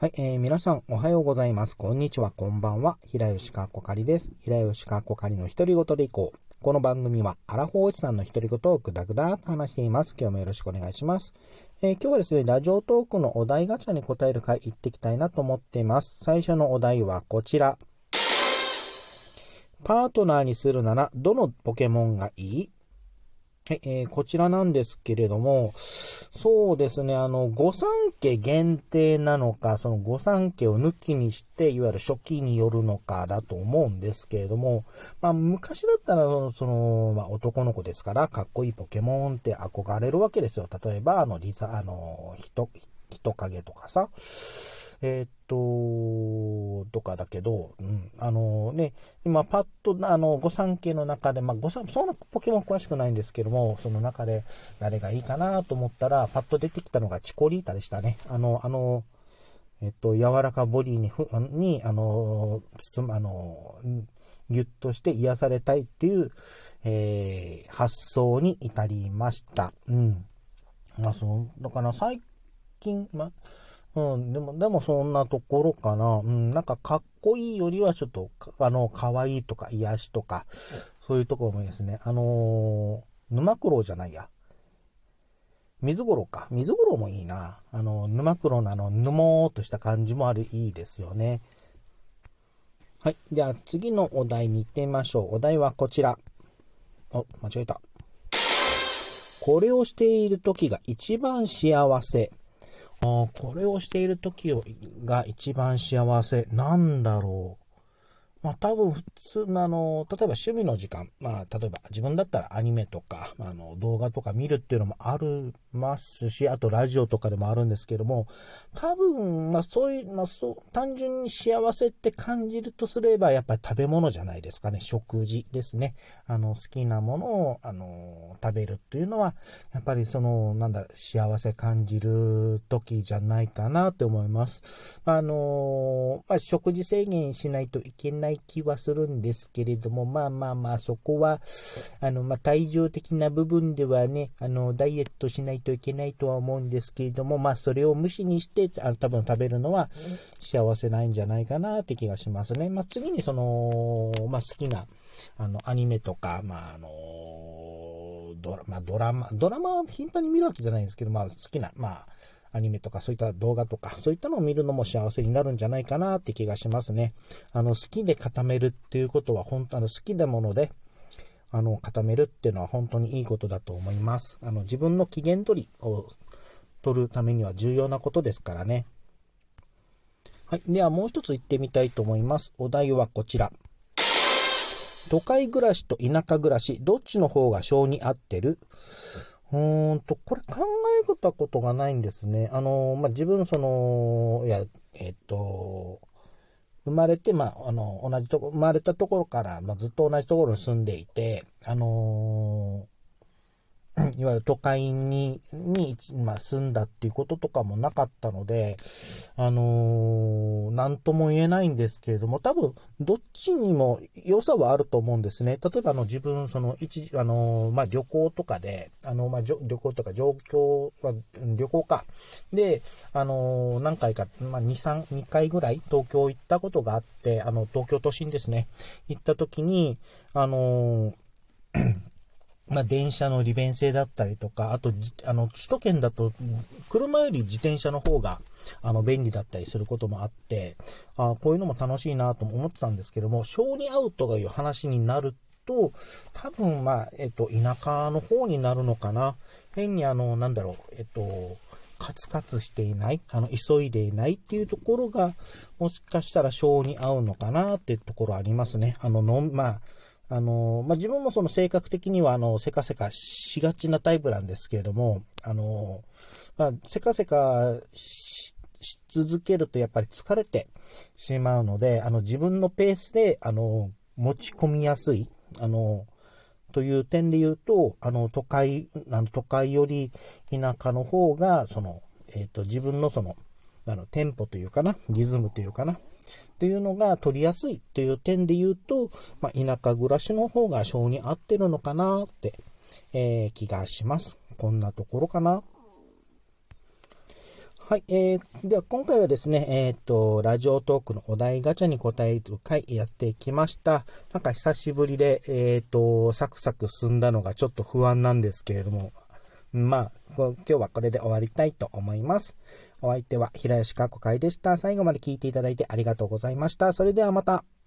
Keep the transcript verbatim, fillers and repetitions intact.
はい、えー、皆さんおはようございます。こんにちは、こんばんは。平吉かっこかりです。平吉かっこかりの独り言でいこう。この番組は、アラフォーおじさんの独り言をぐだぐだと話しています。今日もよろしくお願いします。えー、今日はですね、ラジオトークのお題ガチャに答える回行っていきたいなと思っています。最初のお題はこちら。パートナーにするなら、どのポケモンがいい？はい、えー、こちらなんですけれども、そうですね、あの、御三家限定なのか、その御三家を抜きにして、いわゆる初期によるのかだと思うんですけれども、まあ、昔だったら、その、まあ、男の子ですから、かっこいいポケモンって憧れるわけですよ。例えば、あの、リザ、あの、人、人影とかさ、えーっと、とかだけど、うん、あのね、今パッと、あの、御三家の中で、まあ、御三、そんなポケモン詳しくないんですけども、その中で誰がいいかなと思ったら、パッと出てきたのがチコリータでしたね。あの、あの、えっと、柔らかボディに、ふに、あの、包む、あの、ギュッとして癒されたいっていう、えー、発想に至りました。うん。まあ、そう、だから最近、まあ、うん、でも、でもそんなところかな。うん、なんかかっこいいよりはちょっと、あの、かわいいとか癒しとか、そういうところもいいですね。あのー、沼九郎じゃないや。水五郎か。水五郎もいいな。あの、沼九郎のあの、ぬもーっとした感じもある、いいですよね。はい。じゃあ次のお題に行ってみましょう。お題はこちら。お、間違えた。これをしている時が一番幸せ。ああ、これをしている時が一番幸せ。なんだろう。まあ多分普通のあの、例えば趣味の時間、まあ例えば自分だったらアニメとか、あの動画とか見るっていうのもありますし、あとラジオとかでもあるんですけども、多分、まあそういう、まあそう、単純に幸せって感じるとすれば、やっぱり食べ物じゃないですかね。食事ですね。あの、好きなものを、あの、食べるっていうのは、やっぱりその、なんだ、幸せ感じる時じゃないかなって思います。あの、まあ食事制限しないといけない気はするんですけれども、まあまあまあ、そこは、あの、まあ、体重的な部分ではね、あの、ダイエットしないといけないとは思うんですけれども、まあ、それを無視にして、あの、多分食べるのは幸せないんじゃないかなって気がしますね。まあ、次にその、まあ、好きな、あの、アニメとか、まあ、あの、ドラまあ、ドラマ、ドラマは頻繁に見るわけじゃないんですけど、まあ、好きな、まあ、アニメとかそういった動画とかそういったのを見るのも幸せになるんじゃないかなって気がしますね。あの好きで固めるっていうことは本当あの好きなものであの固めるっていうのは本当にいいことだと思います。あの自分の機嫌取りを取るためには重要なことですからね。はい、ではもう一つ言ってみたいと思います。お題はこちら。都会暮らしと田舎暮らしどっちの方が性に合ってる？うーんと、これ考えたことがないんですね。あの、まあ、自分、その、いや、えっと、生まれて、まあ、あの、同じとこ、生まれたところから、まあ、ずっと同じところに住んでいて、あのいわゆる都会に、に、まあ、住んだっていうこととかもなかったので、あのー、なんとも言えないんですけれども、多分、どっちにも良さはあると思うんですね。例えば、あの、自分、その、一時、あのー、まあ、旅行とかで、あの、まあ、旅行とか状況は、旅行か。で、あのー、何回か、まあ、に、さん、にかいぐらい東京行ったことがあって、あの、東京都心ですね。行った時に、あのーまあ、電車の利便性だったりとか、あと、あの、首都圏だと、車より自転車の方が、あの、便利だったりすることもあって、あこういうのも楽しいなと思ってたんですけども、性に合うという話になると、多分、まあ、えっと、田舎の方になるのかな。変にあの、なんだろう、えっと、カツカツしていない、あの、急いでいないっていうところが、もしかしたら性に合うのかなっていうところありますね。あの、のまあ、あの、まあ、自分もその性格的には、あの、せかせかしがちなタイプなんですけれども、あの、まあ、せかせかし続けるとやっぱり疲れてしまうので、あの、自分のペースで、あの、持ち込みやすい、あの、という点で言うと、あの、都会、あの、都会より田舎の方が、その、えっと、自分のその、あの、テンポというかな、リズムというかな、っていうのが取りやすいという点で言うと、まあ、田舎暮らしの方が性に合ってるのかなって、えー、気がします。こんなところかな。 はい、えー、では今回はですね、えっと、ラジオトークのお題ガチャに答える回やってきました。なんか久しぶりで、えっと、サクサク進んだのがちょっと不安なんですけれども、まあ、今日はこれで終わりたいと思います。お相手は平吉かこかいでした。最後まで聞いていただいてありがとうございました。それではまた。